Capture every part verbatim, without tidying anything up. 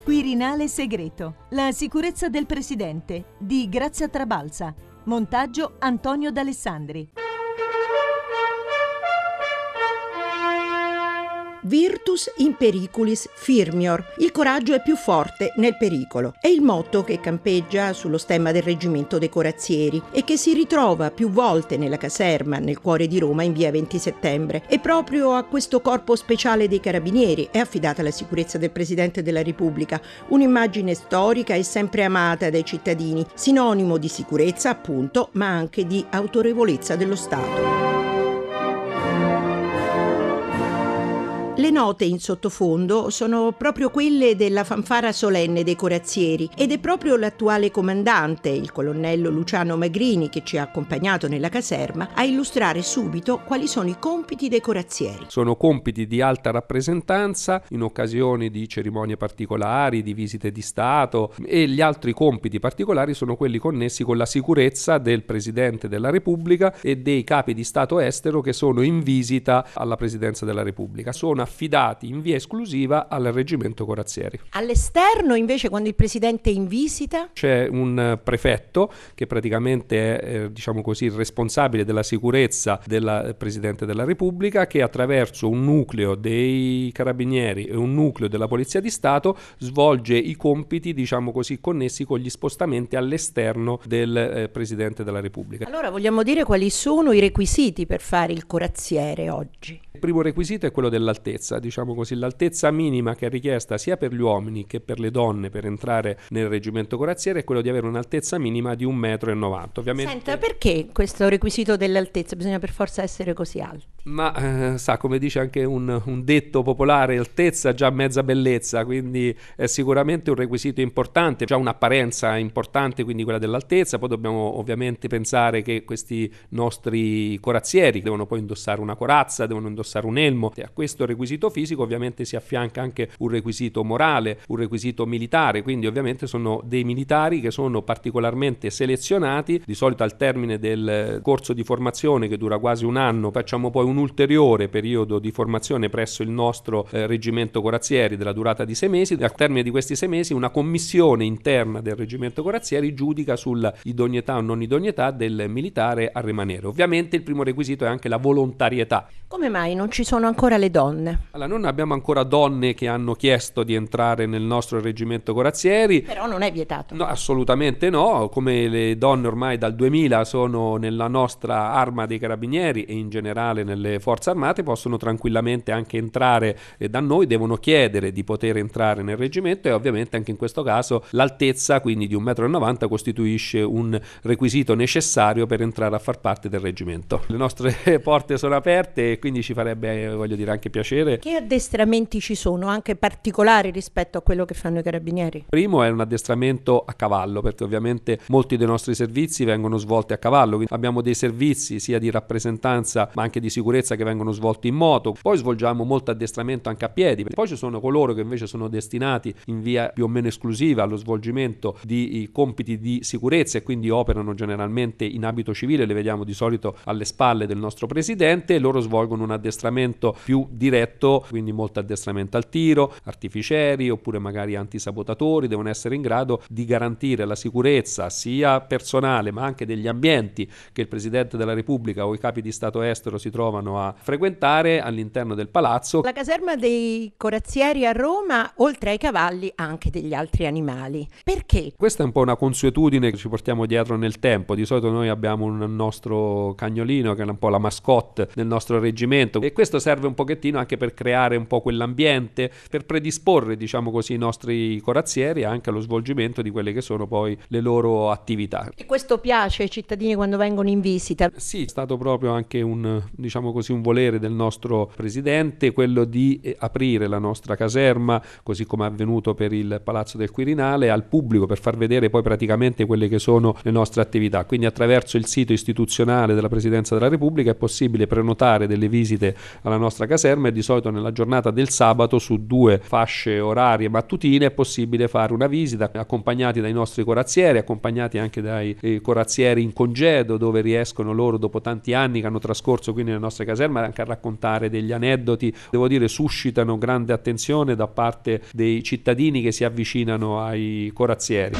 Quirinale segreto. La sicurezza del presidente di Grazia Trabalza. Montaggio Antonio D'Alessandri. Virtus in periculis firmior. Il coraggio è più forte nel pericolo. È il motto che campeggia sullo stemma del reggimento dei corazzieri e che si ritrova più volte nella caserma nel cuore di Roma in via venti settembre. E proprio a questo corpo speciale dei carabinieri è affidata la sicurezza del Presidente della Repubblica, un'immagine storica e sempre amata dai cittadini, sinonimo di sicurezza appunto, ma anche di autorevolezza dello Stato. Le note in sottofondo sono proprio quelle della fanfara solenne dei corazzieri ed è proprio l'attuale comandante, il colonnello Luciano Magrini, che ci ha accompagnato nella caserma, a illustrare subito quali sono i compiti dei corazzieri. Sono compiti di alta rappresentanza in occasione di cerimonie particolari, di visite di Stato, e gli altri compiti particolari sono quelli connessi con la sicurezza del Presidente della Repubblica e dei capi di Stato estero che sono in visita alla Presidenza della Repubblica. Sono affidati in via esclusiva al reggimento corazzieri. All'esterno invece, quando il presidente è in visita, c'è un prefetto che praticamente è eh, diciamo così il responsabile della sicurezza del Presidente della Repubblica, che attraverso un nucleo dei carabinieri e un nucleo della Polizia di Stato svolge i compiti diciamo così connessi con gli spostamenti all'esterno del eh, Presidente della Repubblica. Allora vogliamo dire quali sono i requisiti per fare il corazziere oggi? Il primo requisito è quello dell'altezza, diciamo così, l'altezza minima che è richiesta sia per gli uomini che per le donne per entrare nel reggimento corazziere è quello di avere un'altezza minima di un metro e novanta. Ovviamente... Senta, perché questo requisito dell'altezza? Bisogna per forza essere così alti? Ma eh, sa, come dice anche un, un detto popolare, altezza già mezza bellezza, quindi è sicuramente un requisito importante, già un'apparenza importante, quindi quella dell'altezza. Poi dobbiamo ovviamente pensare che questi nostri corazzieri devono poi indossare una corazza, devono indossare un elmo, e a questo requisito fisico ovviamente si affianca anche un requisito morale, un requisito militare, quindi ovviamente sono dei militari che sono particolarmente selezionati, di solito al termine del corso di formazione che dura quasi un anno, facciamo poi un ulteriore periodo di formazione presso il nostro eh, reggimento corazzieri della durata di sei mesi. Al termine di questi sei mesi una commissione interna del reggimento corazzieri giudica sulla idoneità o non idoneità del militare a rimanere. Ovviamente il primo requisito è anche la volontarietà. Come mai non ci sono ancora le donne? Allora, non abbiamo ancora donne che hanno chiesto di entrare nel nostro reggimento corazzieri. Però non è vietato. No, assolutamente no, come le donne ormai dal duemila sono nella nostra arma dei carabinieri e in generale nelle forze armate, possono tranquillamente anche entrare eh, da noi, devono chiedere di poter entrare nel reggimento e ovviamente anche in questo caso l'altezza, quindi di un metro e novanta, costituisce un requisito necessario per entrare a far parte del reggimento. Le nostre porte sono aperte e quindi ci farebbe, voglio dire, anche piacere. Che addestramenti ci sono, anche particolari rispetto a quello che fanno i carabinieri? Primo è un addestramento a cavallo, perché ovviamente molti dei nostri servizi vengono svolti a cavallo, quindi abbiamo dei servizi sia di rappresentanza ma anche di sicurezza che vengono svolti in moto, poi svolgiamo molto addestramento anche a piedi, poi ci sono coloro che invece sono destinati in via più o meno esclusiva allo svolgimento di compiti di sicurezza e quindi operano generalmente in abito civile, le vediamo di solito alle spalle del nostro presidente, e loro svolgono un addestramento più diretto, quindi molto addestramento al tiro, artificieri oppure magari antisabotatori, devono essere in grado di garantire la sicurezza sia personale ma anche degli ambienti che il Presidente della Repubblica o i capi di Stato estero si trovano a frequentare all'interno del palazzo. La caserma dei corazzieri a Roma, oltre ai cavalli, ha anche degli altri animali. Perché? Questa è un po' una consuetudine che ci portiamo dietro nel tempo. Di solito noi abbiamo un nostro cagnolino che è un po' la mascotte del nostro reggimento e questo serve un pochettino anche per creare un po' quell'ambiente, per predisporre, diciamo così, i nostri corazzieri anche allo svolgimento di quelle che sono poi le loro attività. E questo piace ai cittadini quando vengono in visita? Sì, è stato proprio anche un, diciamo così, un volere del nostro presidente, quello di eh, aprire la nostra caserma, così come è avvenuto per il Palazzo del Quirinale, al pubblico per far vedere poi praticamente quelle che sono le nostre attività. Quindi attraverso il sito istituzionale della Presidenza della Repubblica è possibile prenotare delle visite alla nostra caserma e di solito solito nella giornata del sabato su due fasce orarie mattutine è possibile fare una visita accompagnati dai nostri corazzieri, accompagnati anche dai eh, corazzieri in congedo, dove riescono loro dopo tanti anni che hanno trascorso qui nelle nostre caserme anche a raccontare degli aneddoti. Devo dire, suscitano grande attenzione da parte dei cittadini che si avvicinano ai corazzieri.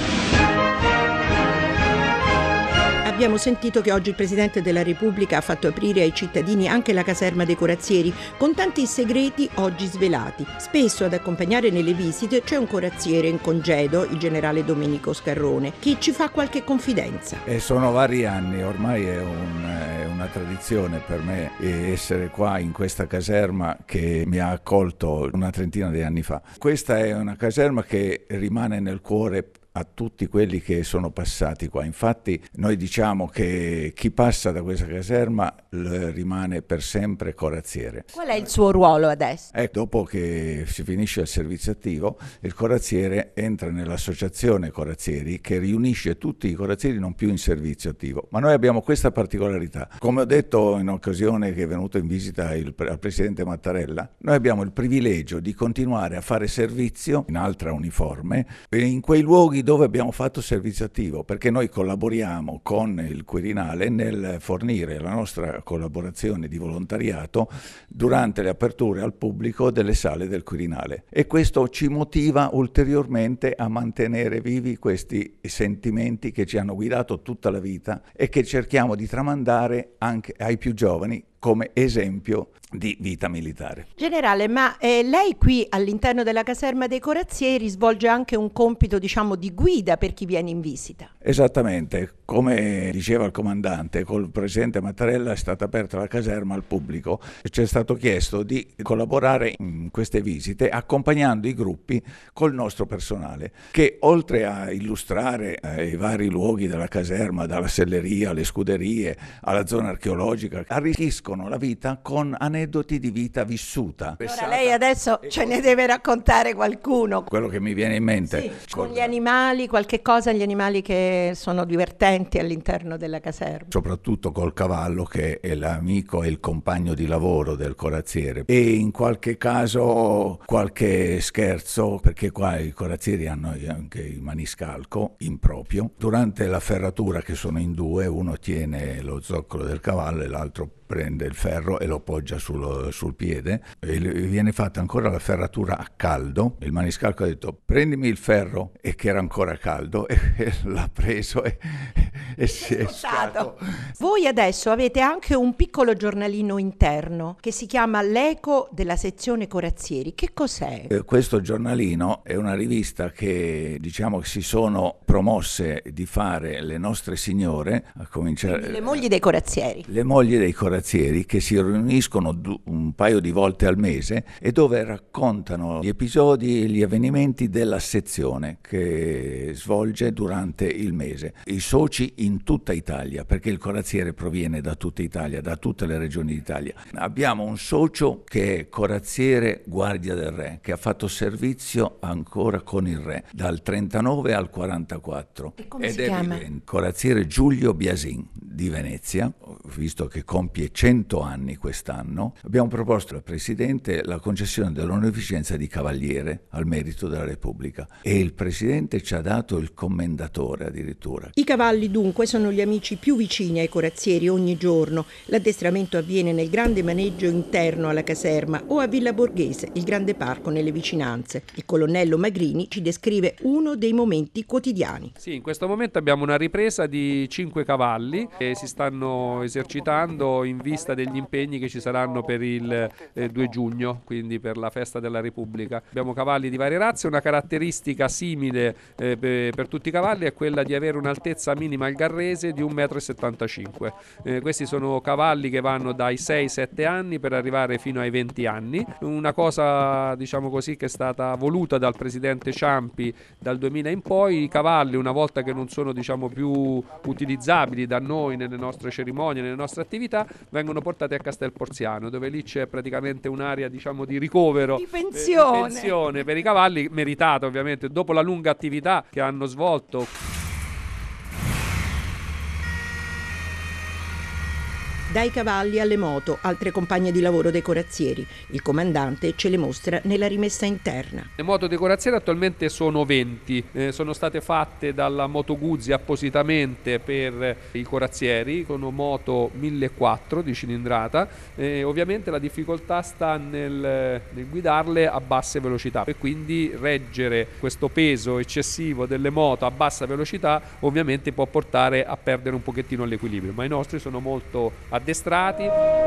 Abbiamo sentito che oggi il Presidente della Repubblica ha fatto aprire ai cittadini anche la caserma dei corazzieri, con tanti segreti oggi svelati. Spesso ad accompagnare nelle visite c'è un corazziere in congedo, il generale Domenico Scarrone, che ci fa qualche confidenza. E sono vari anni, ormai è, un, è una tradizione per me essere qua in questa caserma che mi ha accolto una trentina di anni fa. Questa è una caserma che rimane nel cuore a tutti quelli che sono passati qua. Infatti noi diciamo che chi passa da questa caserma rimane per sempre corazziere. Qual è il suo ruolo adesso? Eh, dopo che si finisce il servizio attivo, il corazziere entra nell'associazione corazzieri che riunisce tutti i corazzieri non più in servizio attivo. Ma noi abbiamo questa particolarità. Come ho detto in occasione che è venuto in visita il, al Presidente Mattarella, noi abbiamo il privilegio di continuare a fare servizio in altra uniforme in quei luoghi dove abbiamo fatto servizio attivo, perché noi collaboriamo con il Quirinale nel fornire la nostra collaborazione di volontariato durante le aperture al pubblico delle sale del Quirinale, e questo ci motiva ulteriormente a mantenere vivi questi sentimenti che ci hanno guidato tutta la vita e che cerchiamo di tramandare anche ai più giovani come esempio di vita militare. Generale, ma eh, lei qui all'interno della caserma dei corazzieri svolge anche un compito, diciamo, di guida per chi viene in visita. Esattamente, come diceva il comandante, col Presidente Mattarella è stata aperta la caserma al pubblico e ci è stato chiesto di collaborare in queste visite accompagnando i gruppi col nostro personale, che oltre a illustrare eh, i vari luoghi della caserma, dalla selleria alle scuderie alla zona archeologica, arricchiscono la vita con aneddoti di vita vissuta. Allora lei adesso ce ne deve raccontare qualcuno. Quello che mi viene in mente. Sì, con gli animali, qualche cosa, gli animali che sono divertenti all'interno della caserma. Soprattutto col cavallo, che è l'amico e il compagno di lavoro del corazziere, e in qualche caso qualche scherzo, perché qua i corazzieri hanno anche il maniscalco improprio. Durante la ferratura, che sono in due, uno tiene lo zoccolo del cavallo e l'altro prende il ferro e lo poggia sul, sul piede, e viene fatta ancora la ferratura a caldo. Il maniscalco ha detto prendimi il ferro, e che era ancora caldo, e, e l'ha preso e, e si è stato. Voi adesso avete anche un piccolo giornalino interno che si chiama L'Eco della sezione Corazzieri. Che cos'è? Eh, questo giornalino è una rivista che, diciamo, che si sono promosse di fare le nostre signore, a cominciare Quindi le mogli dei corazzieri. Le mogli dei corazzieri che si riuniscono un paio di volte al mese e dove raccontano gli episodi e gli avvenimenti della sezione che svolge durante il mese. I soci in tutta Italia, perché il corazziere proviene da tutta Italia, da tutte le regioni d'Italia. Abbiamo un socio che è corazziere Guardia del Re, che ha fatto servizio ancora con il Re dal trentanove al quarantaquattro. E come ed si è chiama? vivente. Corazziere Giulio Biasin di Venezia, visto che compie cento anni quest'anno. Abbiamo proposto al Presidente la concessione dell'onorificenza di Cavaliere al merito della Repubblica, e il Presidente ci ha dato il commendatore addirittura. I cavalli dunque sono gli amici più vicini ai corazzieri ogni giorno. L'addestramento avviene nel grande maneggio interno alla caserma o a Villa Borghese, il grande parco nelle vicinanze. Il colonnello Magrini ci descrive uno dei momenti quotidiani. Sì, in questo momento abbiamo una ripresa di cinque cavalli che si stanno esercitando in vista degli impegni che ci saranno per il eh, due giugno, quindi per la festa della Repubblica. Abbiamo cavalli di varie razze. Una caratteristica simile eh, per, per tutti i cavalli è quella di avere un'altezza minima al garrese di un metro e settantacinque. Eh, questi sono cavalli che vanno dai sei sette anni per arrivare fino ai venti anni. Una cosa, diciamo così, che è stata voluta dal Presidente Ciampi dal duemila in poi. I cavalli, una volta che non sono, diciamo, più utilizzabili da noi nelle nostre cerimonie, nelle nostre attività, vengono portati a Castel Porziano, dove lì c'è praticamente un'area, diciamo, di ricovero, di pensione. Eh, di pensione per i cavalli, meritata ovviamente dopo la lunga attività che hanno svolto. Dai cavalli alle moto, altre compagne di lavoro dei corazzieri. Il comandante ce le mostra nella rimessa interna. Le moto dei corazzieri attualmente sono venti, eh, sono state fatte dalla Moto Guzzi appositamente per i corazzieri, sono moto millequattrocento di cilindrata, eh, ovviamente la difficoltà sta nel, nel guidarle a basse velocità e quindi reggere questo peso eccessivo delle moto a bassa velocità ovviamente può portare a perdere un pochettino l'equilibrio, ma i nostri sono molto addestrati.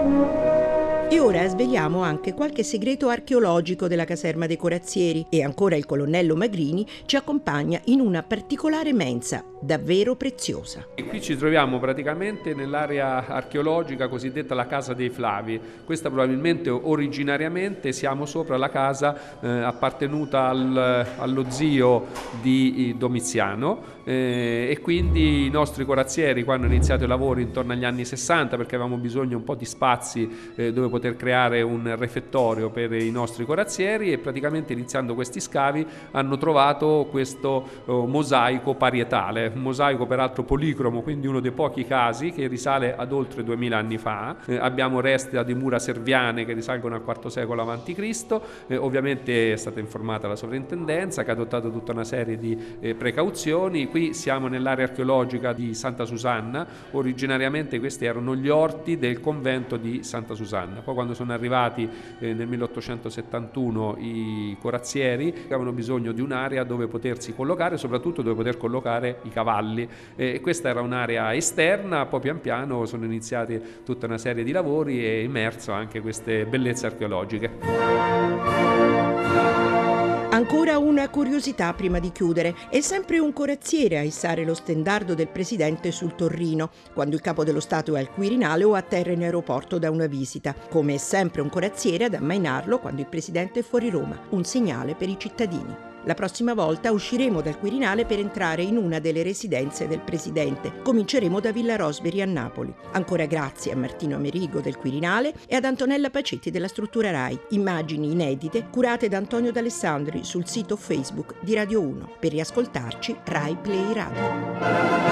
E ora sveliamo anche qualche segreto archeologico della caserma dei corazzieri e ancora il colonnello Magrini ci accompagna in una particolare mensa, davvero preziosa. E qui ci troviamo praticamente nell'area archeologica cosiddetta la Casa dei Flavi. Questa probabilmente originariamente siamo sopra la casa eh, appartenuta al, allo zio di Domiziano eh, e quindi i nostri corazzieri quando hanno iniziato i lavori intorno agli anni sessanta perché avevamo bisogno un po' di spazi eh, dove poter creare un refettorio per i nostri corazzieri e praticamente iniziando questi scavi hanno trovato questo oh, mosaico parietale, un mosaico peraltro policromo, quindi uno dei pochi casi che risale ad oltre duemila anni fa. Eh, abbiamo resti di mura serviane che risalgono al quarto secolo avanti Cristo, eh, ovviamente è stata informata la sovrintendenza che ha adottato tutta una serie di eh, precauzioni. Qui siamo nell'area archeologica di Santa Susanna, originariamente questi erano gli orti del convento di Santa Susanna. Poi quando sono arrivati eh, nel milleottocentosettantuno i corazzieri avevano bisogno di un'area dove potersi collocare, soprattutto dove poter collocare i cavalli. Eh, questa era un'area esterna, poi pian piano sono iniziati tutta una serie di lavori e immerso anche queste bellezze archeologiche. Ancora una curiosità prima di chiudere. È sempre un corazziere a issare lo stendardo del presidente sul Torrino, quando il capo dello Stato è al Quirinale o atterra in aeroporto da una visita, come è sempre un corazziere ad ammainarlo quando il presidente è fuori Roma, un segnale per i cittadini. La prossima volta usciremo dal Quirinale per entrare in una delle residenze del presidente. Cominceremo da Villa Rosbury a Napoli. Ancora grazie a Martino Amerigo del Quirinale e ad Antonella Pacetti della struttura RAI. Immagini inedite curate da Antonio D'Alessandri sul sito Facebook di Radio uno. Per riascoltarci, RAI Play Radio.